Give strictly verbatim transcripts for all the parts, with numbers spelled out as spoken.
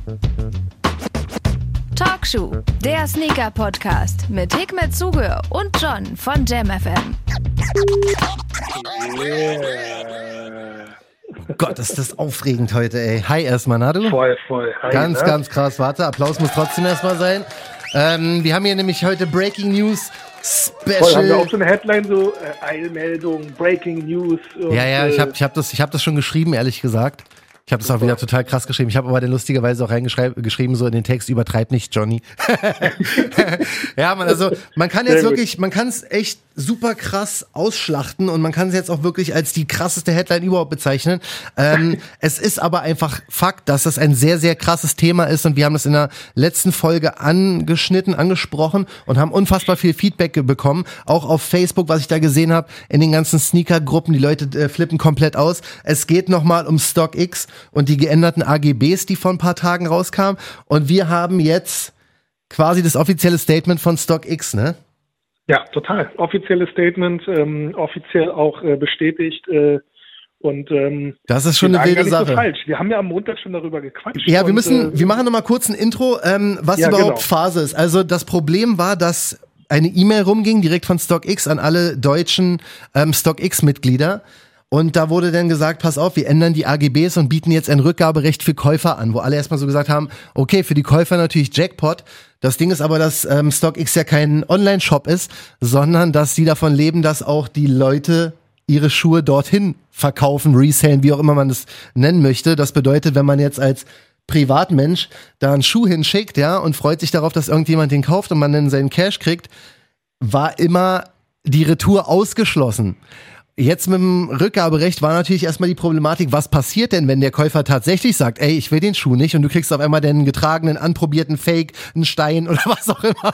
Talkshow, der Sneaker-Podcast mit Hikmet Zuge und John von Jam F M. Yeah. Oh Gott, ist das aufregend heute, ey. Hi erstmal, na du? Voll, voll. Hi, ganz, ne? ganz krass. Warte, Applaus muss trotzdem erstmal sein. Ähm, wir haben hier nämlich heute Breaking News Special. Voll, haben wir auch so eine Headline, so äh, Eilmeldung, Breaking News. Und, ja, ja, ich habe äh, ich hab das, ich hab das schon geschrieben, ehrlich gesagt. Ich habe das auch wieder total krass geschrieben. Ich habe aber dann lustigerweise auch reingeschrieben, so in den Text, übertreib nicht, Johnny. Ja, man, also man kann jetzt wirklich, man kann es echt super krass ausschlachten und man kann es jetzt auch wirklich als die krasseste Headline überhaupt bezeichnen. Ähm, es ist aber einfach Fakt, dass das ein sehr, sehr krasses Thema ist und wir haben das in der letzten Folge angeschnitten, angesprochen und haben unfassbar viel Feedback ge- bekommen. Auch auf Facebook, was ich da gesehen habe, in den ganzen Sneaker-Gruppen, die Leute äh, flippen komplett aus. Es geht nochmal um StockX und die geänderten A G Bs, die vor ein paar Tagen rauskamen. Und wir haben jetzt quasi das offizielle Statement von StockX, ne? Ja, total. Offizielles Statement, ähm, offiziell auch äh, bestätigt. Äh, und ähm, das ist schon wir eine sagen wilde gar nicht Sache. So falsch. Wir haben ja am Montag schon darüber gequatscht. Ja, wir und, müssen, äh, wir machen nochmal kurz ein Intro, ähm, was ja, überhaupt genau. Phase ist. Also das Problem war, dass eine E-Mail rumging, direkt von StockX an alle deutschen ähm, StockX-Mitglieder. Und da wurde dann gesagt, pass auf, wir ändern die A G Bs und bieten jetzt ein Rückgaberecht für Käufer an, wo alle erstmal so gesagt haben, okay, für die Käufer natürlich Jackpot. Das Ding ist aber, dass ähm, StockX ja kein Online-Shop ist, sondern dass sie davon leben, dass auch die Leute ihre Schuhe dorthin verkaufen, resellen, wie auch immer man das nennen möchte. Das bedeutet, wenn man jetzt als Privatmensch da einen Schuh hinschickt, ja, und freut sich darauf, dass irgendjemand den kauft und man dann seinen Cash kriegt, war immer die Retour ausgeschlossen. Jetzt mit dem Rückgaberecht war natürlich erstmal die Problematik, was passiert denn, wenn der Käufer tatsächlich sagt, ey, ich will den Schuh nicht und du kriegst auf einmal den getragenen, anprobierten Fake, einen Stein oder was auch immer.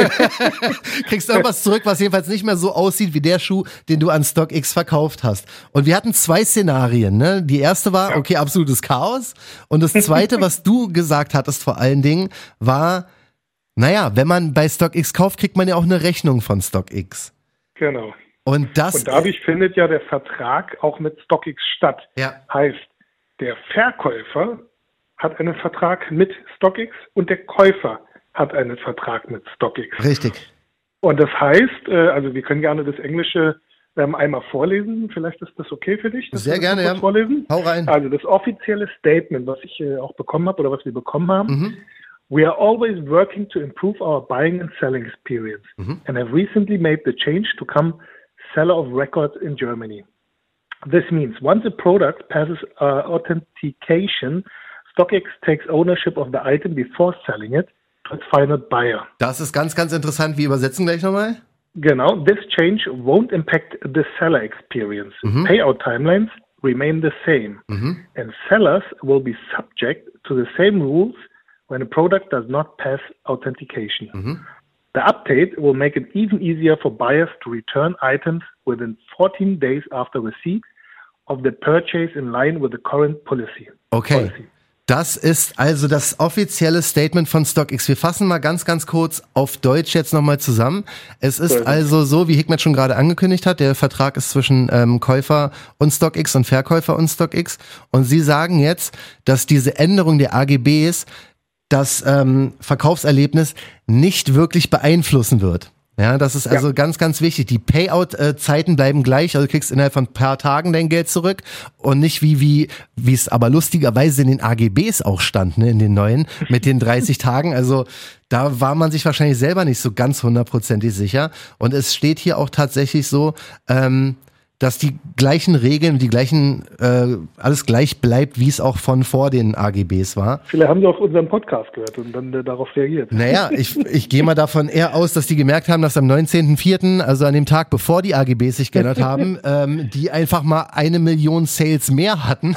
Kriegst irgendwas zurück, was jedenfalls nicht mehr so aussieht wie der Schuh, den du an StockX verkauft hast. Und wir hatten zwei Szenarien, ne? Die erste war, okay, absolutes Chaos. Und das zweite, was du gesagt hattest vor allen Dingen, war, naja, wenn man bei StockX kauft, kriegt man ja auch eine Rechnung von StockX. Genau. Und das. Und dadurch findet ja der Vertrag auch mit StockX statt. Ja. Heißt, der Verkäufer hat einen Vertrag mit StockX und der Käufer hat einen Vertrag mit StockX. Richtig. Und das heißt, äh, also wir können gerne das Englische ähm, einmal vorlesen. Vielleicht ist das okay für dich? Sehr gerne, ja. Vorlesen? Hau rein. Also das offizielle Statement, was ich äh, auch bekommen habe oder was wir bekommen haben. Mhm. We are always working to improve our buying and selling experience Mhm. and have recently made the change to become seller of records in Germany. This means once a product passes uh, authentication, StockX takes ownership of the item before selling it to its final buyer. Das ist ganz, ganz interessant. Wir übersetzen gleich nochmal. Genau, this change won't impact the seller experience. Mhm. Payout timelines remain the same, Mhm. and sellers will be subject to the same rules when a product does not pass authentication. Mhm. The update will make it even easier for buyers to return items within fourteen days after receipt of the purchase in line with the current policy. Okay. Policy. Das ist also das offizielle Statement von StockX. Wir fassen mal ganz, ganz kurz auf Deutsch jetzt nochmal zusammen. Es ist Sehr also so, wie Hikmet schon gerade angekündigt hat, der Vertrag ist zwischen ähm, Käufer und StockX und Verkäufer und StockX. Und Sie sagen jetzt, dass diese Änderung der A G Bs das ähm, Verkaufserlebnis nicht wirklich beeinflussen wird. Ja, das ist also Ja. ganz, ganz wichtig. Die Payout-Zeiten bleiben gleich, also du kriegst innerhalb von ein paar Tagen dein Geld zurück und nicht wie, wie, wie es aber lustigerweise in den A G Bs auch stand, ne, in den neuen, mit den dreißig Tagen. Also da war man sich wahrscheinlich selber nicht so ganz hundertprozentig sicher. Und es steht hier auch tatsächlich so, ähm, dass die gleichen Regeln, die gleichen, äh, alles gleich bleibt, wie es auch von vor den A G Bs war. Viele haben sie auf unserem Podcast gehört und dann äh, darauf reagiert. Naja, ich, ich gehe mal davon eher aus, dass die gemerkt haben, dass am neunzehnten vierten, also an dem Tag, bevor die A G Bs sich geändert haben, ähm, die einfach mal eine Million Sales mehr hatten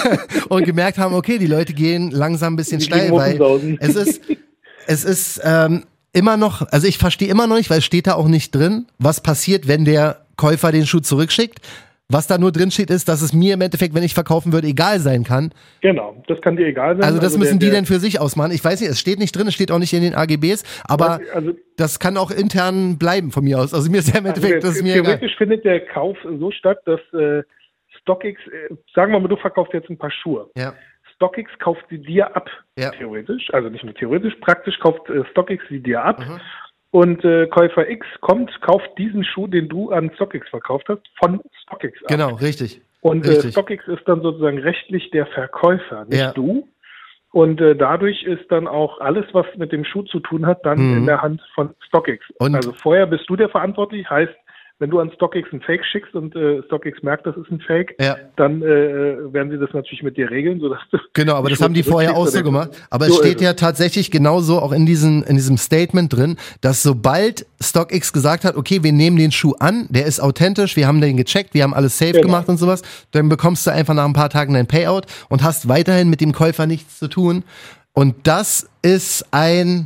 und gemerkt haben, okay, die Leute gehen langsam ein bisschen Die steil, kriegen weil Muffensausen. es ist, es ist ähm, immer noch, also ich verstehe immer noch nicht, weil es steht da auch nicht drin, was passiert, wenn der Käufer den Schuh zurückschickt. Was da nur drin steht, ist, dass es mir im Endeffekt, wenn ich verkaufen würde, egal sein kann. Genau, das kann dir egal sein. Also das also müssen der, die der, denn für sich ausmachen. Ich weiß nicht, es steht nicht drin, es steht auch nicht in den A G Bs, aber also, das kann auch intern bleiben von mir aus. Also mir ist ja im Endeffekt, also das ist mir theoretisch egal. findet der Kauf so statt, dass äh, StockX, äh, sagen wir mal, du verkaufst jetzt ein paar Schuhe. Ja. StockX kauft sie dir ab, ja. theoretisch. Also nicht nur theoretisch, praktisch kauft äh, StockX sie dir ab. Mhm. Und äh, Käufer X kommt, kauft diesen Schuh, den du an StockX verkauft hast, von StockX ab. Genau, richtig. Und richtig. Äh, StockX ist dann sozusagen rechtlich der Verkäufer, nicht ja. du. Und äh, dadurch ist dann auch alles, was mit dem Schuh zu tun hat, dann mhm. in der Hand von StockX. Und also vorher bist du der verantwortlich, heißt, wenn du an StockX ein Fake schickst und äh, StockX merkt, das ist ein Fake, ja. dann äh, werden sie das natürlich mit dir regeln, sodass du genau, aber das haben die vorher auch so gemacht. Aber so es steht ja tatsächlich genauso auch in diesem in diesem Statement drin, dass sobald StockX gesagt hat, okay, wir nehmen den Schuh an, der ist authentisch, wir haben den gecheckt, wir haben alles safe genau. gemacht und sowas, dann bekommst du einfach nach ein paar Tagen dein Payout und hast weiterhin mit dem Käufer nichts zu tun. Und das ist ein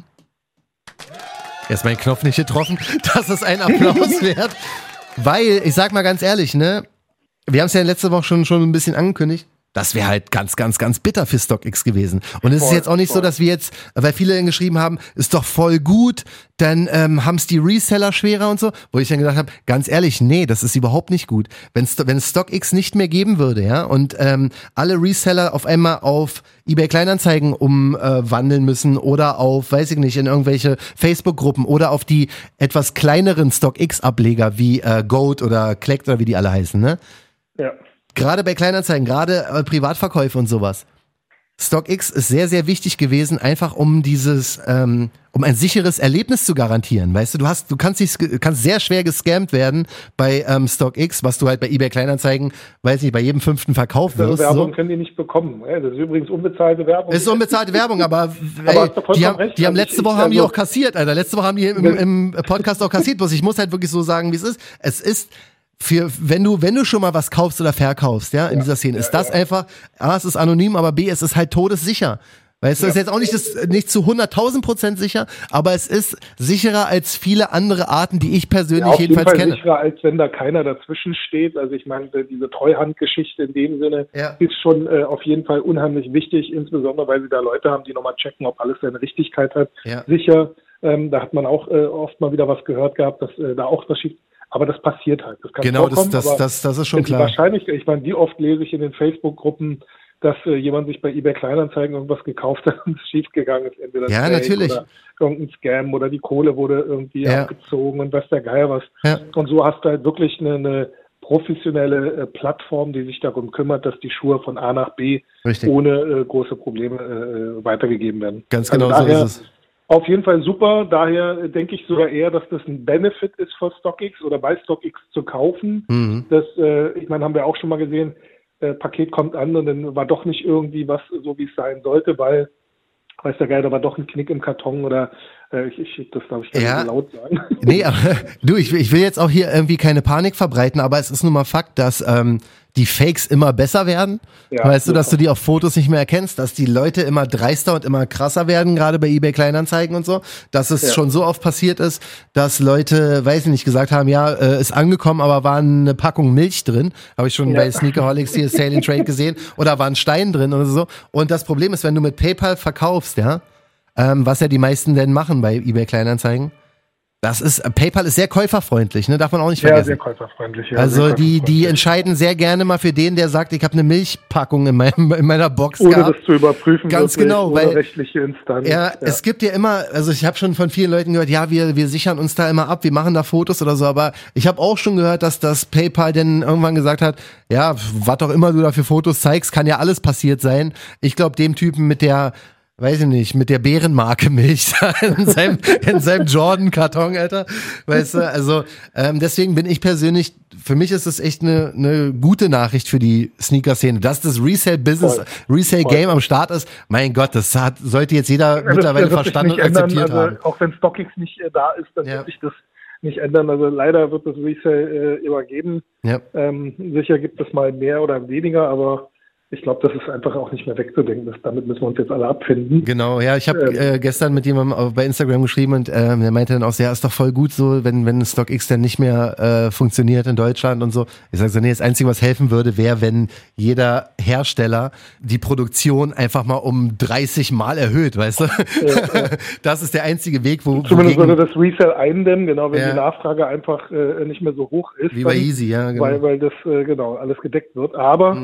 Jetzt mein Knopf nicht getroffen. Das ist ein Applaus wert. Weil, ich sag mal ganz ehrlich, ne, wir haben es ja letzte Woche schon, schon ein bisschen angekündigt, das wäre halt ganz, ganz, ganz bitter für StockX gewesen. Und es ist jetzt auch nicht voll. so, dass wir jetzt, weil viele dann geschrieben haben, ist doch voll gut, dann ähm, haben es die Reseller schwerer und so, wo ich dann gedacht habe, ganz ehrlich, nee, das ist überhaupt nicht gut. Wenn wenn es StockX nicht mehr geben würde, ja, und ähm, alle Reseller auf einmal auf eBay Kleinanzeigen umwandeln äh, müssen oder auf, weiß ich nicht, in irgendwelche Facebook-Gruppen oder auf die etwas kleineren StockX-Ableger wie äh, Goat oder Collect oder wie die alle heißen, ne? Ja. Gerade bei Kleinanzeigen, gerade äh, Privatverkäufe und sowas. StockX ist sehr, sehr wichtig gewesen, einfach um dieses, ähm, um ein sicheres Erlebnis zu garantieren. Weißt du, du hast, du kannst dich, kannst sehr schwer gescammt werden bei ähm, StockX, was du halt bei eBay Kleinanzeigen, weiß nicht, bei jedem fünften Verkauf wirst. Werbung so. können die nicht bekommen. Das ist übrigens unbezahlte Werbung. Das ist unbezahlte Werbung, aber, aber ey, die haben, die haben letzte Woche haben die auch kassiert, Alter. Letzte Woche haben die im, im Podcast auch kassiert. Bloß ich muss halt wirklich so sagen, wie es ist. Es ist für, wenn du, wenn du schon mal was kaufst oder verkaufst, ja, in ja, dieser Szene, ja, ist das ja. einfach, A, es ist anonym, aber B, es ist halt todessicher. Weißt du, ja. ist jetzt auch nicht, das, nicht zu hunderttausend Prozent sicher, aber es ist sicherer als viele andere Arten, die ich persönlich ja, auf jedenfalls jeden Fall kenne. Sicherer, als wenn da keiner dazwischen steht. Also ich meine, diese Treuhandgeschichte in dem Sinne ja. ist schon äh, auf jeden Fall unheimlich wichtig, insbesondere weil sie da Leute haben, die nochmal checken, ob alles seine Richtigkeit hat. Ja. Sicher, ähm, da hat man auch äh, oft mal wieder was gehört gehabt, dass äh, da auch was schief. Aber das passiert halt. Das kann genau, das, vorkommen, das, aber das, das ist schon die klar. Wahrscheinlichkeit, ich meine, wie oft lese ich in den Facebook-Gruppen, dass äh, jemand sich bei eBay Kleinanzeigen irgendwas gekauft hat und es schiefgegangen ist. Entweder ja, Fake natürlich. Oder irgendein Scam oder die Kohle wurde irgendwie ja. abgezogen und was der Geier was. Ja. Und so hast du halt wirklich eine, eine professionelle äh, Plattform, die sich darum kümmert, dass die Schuhe von A nach B Richtig. ohne äh, große Probleme äh, weitergegeben werden. Ganz genau also daher, so ist es. Auf jeden Fall super. Daher denke ich sogar eher, dass das ein Benefit ist für StockX oder bei StockX zu kaufen. Mhm. Das, äh, ich meine, haben wir auch schon mal gesehen, äh, Paket kommt an und dann war doch nicht irgendwie was so, wie es sein sollte, weil, weiß der Geil, da war doch ein Knick im Karton oder äh, ich, ich das darf ich gar ja. nicht so laut sagen. Nee, aber du, ich, ich will jetzt auch hier irgendwie keine Panik verbreiten, aber es ist nun mal Fakt, dass ähm, die Fakes immer besser werden. Ja, weißt du, dass du die auf Fotos nicht mehr erkennst, dass die Leute immer dreister und immer krasser werden, gerade bei eBay Kleinanzeigen und so, dass es ja. schon so oft passiert ist, dass Leute, weiß ich nicht, gesagt haben, ja, äh, ist angekommen, aber war eine Packung Milch drin, habe ich schon ja. bei Sneakerholics hier Sale and Trade gesehen, oder war ein Stein drin oder so. Und das Problem ist, wenn du mit PayPal verkaufst, ja, ähm, was ja die meisten denn machen bei eBay Kleinanzeigen, das ist, PayPal ist sehr käuferfreundlich, ne? Darf man auch nicht vergessen. Ja, sehr käuferfreundlich. Ja, also sehr die, die entscheiden sehr gerne mal für den, der sagt, ich habe eine Milchpackung in, meinem, in meiner Box ohne gehabt. das zu überprüfen. Ganz genau, ohne weil rechtliche Instanz. Ja, ja, es gibt ja immer, also ich habe schon von vielen Leuten gehört, ja, wir wir sichern uns da immer ab, wir machen da Fotos oder so, aber ich habe auch schon gehört, dass das PayPal dann irgendwann gesagt hat, ja, was auch immer du da für Fotos zeigst, kann ja alles passiert sein. Ich glaube, dem Typen mit der weiß ich nicht, mit der Bärenmarke Milch in seinem, in seinem Jordan-Karton, Alter. Weißt du, also ähm, deswegen bin ich persönlich, für mich ist es echt eine, eine gute Nachricht für die Sneaker-Szene. Dass das Resale-Business, Resale-Game am Start ist, mein Gott, das hat, sollte jetzt jeder ja, mittlerweile das, das verstanden und ändern, akzeptiert also, haben. Auch wenn StockX nicht äh, da ist, dann ja. wird sich das nicht ändern. Also leider wird das Resale äh, immer geben. Ja. Ähm, sicher gibt es mal mehr oder weniger, aber ich glaube, das ist einfach auch nicht mehr wegzudenken. Das, damit müssen wir uns jetzt alle abfinden. Genau, ja, ich habe ähm, äh, gestern mit jemandem bei Instagram geschrieben und äh, der meinte dann auch, ja, ist doch voll gut so, wenn wenn StockX dann nicht mehr äh, funktioniert in Deutschland und so. Ich sage so, nee, das Einzige, was helfen würde, wäre, wenn jeder Hersteller die Produktion einfach mal um dreißig Mal erhöht, weißt du? Ja, ja. Das ist der einzige Weg, wo zumindest würde das Resale eindämmen, genau, wenn ja. die Nachfrage einfach äh, nicht mehr so hoch ist. Wie bei dann, Easy, ja, genau. Weil, weil das, äh, genau, alles gedeckt wird. Aber mhm.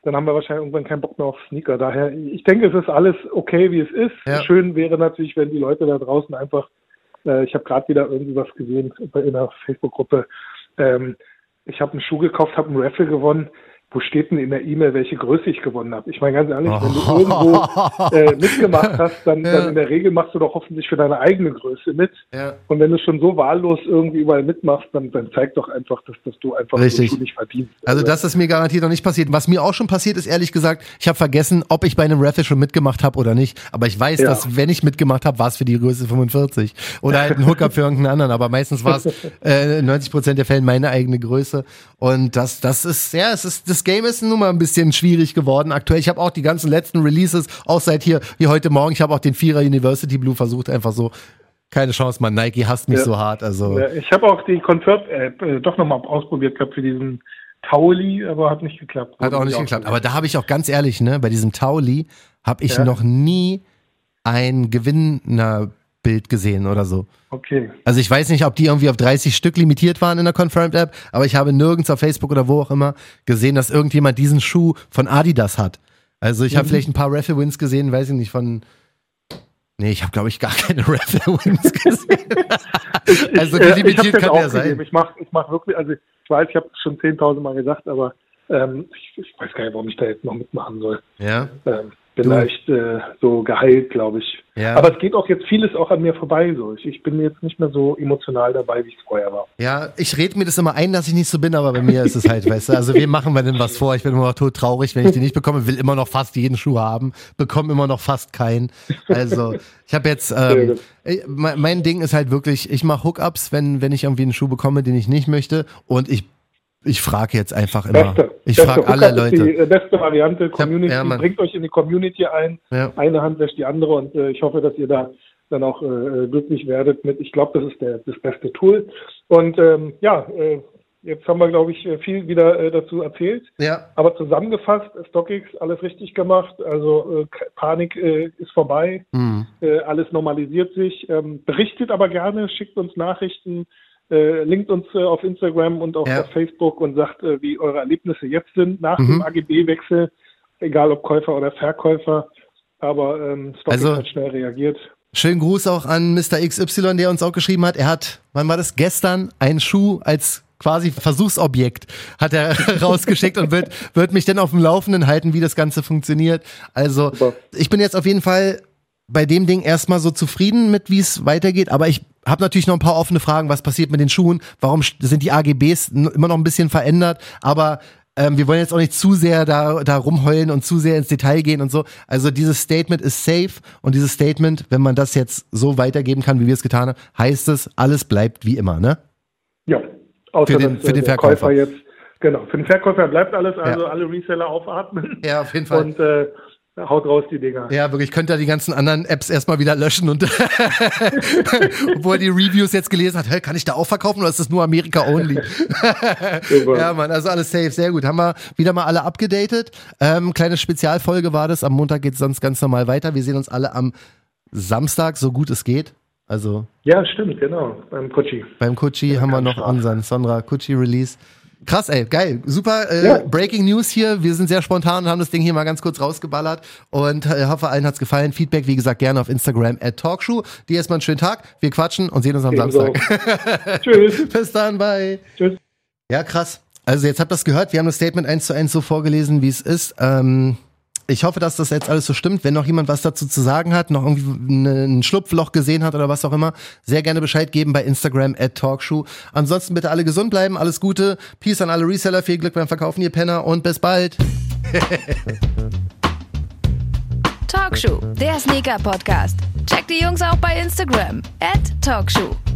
dann haben wir wahrscheinlich irgendwann keinen Bock mehr auf Sneaker. Daher, ich denke, es ist alles okay, wie es ist. Ja. Schön wäre natürlich, wenn die Leute da draußen einfach, äh, ich habe gerade wieder irgendwie was gesehen in einer Facebook-Gruppe, ähm, ich habe einen Schuh gekauft, habe einen Raffle gewonnen. Wo steht denn in der E-Mail, welche Größe ich gewonnen habe? Ich meine ganz ehrlich, wenn du irgendwo äh, mitgemacht hast, dann, ja. dann in der Regel machst du doch hoffentlich für deine eigene Größe mit. Ja. Und wenn du schon so wahllos irgendwie überall mitmachst, dann, dann zeig doch einfach, dass, dass du einfach Richtig. so nicht verdienst. Also das ist mir garantiert noch nicht passiert. Was mir auch schon passiert ist, ehrlich gesagt, ich habe vergessen, ob ich bei einem Raffle schon mitgemacht habe oder nicht. Aber ich weiß, Ja. dass wenn ich mitgemacht habe, war es für die Größe fünfundvierzig. Oder halt ein Hookup für irgendeinen anderen. Aber meistens war es äh, in neunzig Prozent der Fälle meine eigene Größe. Und das, das ist, ja, es ist, das Game ist nun mal ein bisschen schwierig geworden aktuell. Ich habe auch die ganzen letzten Releases, auch seit hier, wie heute Morgen, ich habe auch den Vierer University Blue versucht, einfach so, keine Chance, man, Nike hasst mich Ja. so hart, also. Ja, ich habe auch die Confirm-App äh, doch nochmal ausprobiert gehabt für diesen Tauli, aber hat nicht geklappt. Hat auch nicht geklappt, aber da habe ich auch ganz ehrlich, ne, bei diesem Tauli habe ich Ja. noch nie ein Gewinnerbild gesehen oder so. Okay. Also ich weiß nicht, ob die irgendwie auf dreißig Stück limitiert waren in der Confirmed-App, aber ich habe nirgends auf Facebook oder wo auch immer gesehen, dass irgendjemand diesen Schuh von Adidas hat. Also ich habe Mhm. vielleicht ein paar Raffle-Wins gesehen, weiß ich nicht, von... Nee, ich habe, glaube ich, gar keine Raffle-Wins gesehen. also Ich, äh, limitiert ich hab's kann jetzt der sein. aufgegeben. Ich mache ich mach wirklich, also ich weiß, ich habe es schon zehntausend Mal gesagt, aber ähm, ich, ich weiß gar nicht, warum ich da jetzt noch mitmachen soll. Ja, Ähm, bin Du- da echt äh, so geheilt, glaube ich. Ja. Aber es geht auch jetzt vieles auch an mir vorbei. So. Ich, ich bin jetzt nicht mehr so emotional dabei, wie ich es vorher war. ja, ich rede mir das immer ein, dass ich nicht so bin, aber bei mir ist es halt, weißt du, also wir machen wir denn was vor, ich bin immer noch tot traurig, wenn ich die nicht bekomme, will immer noch fast jeden Schuh haben, bekomme immer noch fast keinen. Also ich habe jetzt, Sehr ähm, gut. ich- mein, mein Ding ist halt wirklich, ich mache Hookups, wenn, wenn ich irgendwie einen Schuh bekomme, den ich nicht möchte, und ich Ich frage jetzt einfach immer. Beste. Ich Beste. frage alle Hookup ist Leute. die äh, beste Variante. Community, ja, Mann. bringt euch in die Community ein. Ja. Eine Hand wäscht die andere, und äh, ich hoffe, dass ihr da dann auch äh, glücklich werdet mit. Ich glaube, das ist der, das beste Tool. Und ähm, ja, äh, jetzt haben wir, glaube ich, viel wieder äh, dazu erzählt. Ja. Aber zusammengefasst, StockX, alles richtig gemacht. Also äh, Panik äh, ist vorbei. Mhm. Äh, alles normalisiert sich. Ähm, berichtet aber gerne, schickt uns Nachrichten. Äh, linkt uns äh, auf Instagram und auch Ja. auf Facebook und sagt, äh, wie eure Erlebnisse jetzt sind nach Mhm. dem A G B-Wechsel, egal ob Käufer oder Verkäufer. Aber ähm, StockX Also- hat schnell reagiert. Schönen Gruß auch an Mister X Y, der uns auch geschrieben hat. Er hat, wann war das? Gestern einen Schuh als quasi Versuchsobjekt hat er rausgeschickt und wird, wird mich dann auf dem Laufenden halten, wie das Ganze funktioniert. Also Super. ich bin jetzt auf jeden Fall bei dem Ding erstmal so zufrieden mit, wie es weitergeht, aber ich habe natürlich noch ein paar offene Fragen. Was passiert mit den Schuhen? Warum sind die A G Bs n- immer noch ein bisschen verändert? Aber ähm, wir wollen jetzt auch nicht zu sehr da, da rumheulen und zu sehr ins Detail gehen und so. Also dieses Statement ist safe, und dieses Statement, wenn man das jetzt so weitergeben kann, wie wir es getan haben, heißt es, alles bleibt wie immer, ne? Ja, außer Für den- dass, für äh, den der Verkäufer. Käufer jetzt, genau, für den Verkäufer bleibt alles, also Ja. alle Reseller aufatmen. Ja, auf jeden Fall. Und äh, haut raus die Dinger. Ja, wirklich, ich könnte da die ganzen anderen Apps erstmal wieder löschen, und obwohl er die Reviews jetzt gelesen hat, hey, kann ich da auch verkaufen oder ist das nur Amerika only? Super. Ja, Mann, also alles safe, sehr gut. Haben wir wieder mal alle abgedatet. Ähm, kleine Spezialfolge war das. Am Montag geht es sonst ganz normal weiter. Wir sehen uns alle am Samstag, so gut es geht. Also Ja, stimmt, genau, beim Kutschi. beim Kutschi haben wir noch Start. unseren Sonra Kutschi Release. Krass, ey, geil, super. Äh, Ja. Breaking News hier. Wir sind sehr spontan und haben das Ding hier mal ganz kurz rausgeballert. Und äh, hoffe, allen hat's gefallen. Feedback, wie gesagt, gerne auf Instagram at Talkshow. Dir erstmal einen schönen Tag. Wir quatschen und sehen uns am Ebenso. Samstag. Tschüss. Bis dann, bye. Tschüss. Ja, krass. Also jetzt habt ihr das gehört. Wir haben das Statement eins zu eins so vorgelesen, wie es ist. Ähm, ich hoffe, dass das jetzt alles so stimmt. Wenn noch jemand was dazu zu sagen hat, noch irgendwie ein Schlupfloch gesehen hat oder was auch immer, sehr gerne Bescheid geben bei Instagram at Talkshow. Ansonsten bitte alle gesund bleiben, alles Gute. Peace an alle Reseller, viel Glück beim Verkaufen, ihr Penner, und bis bald. Talkshow, der Sneaker-Podcast. Checkt die Jungs auch bei Instagram at Talkshow.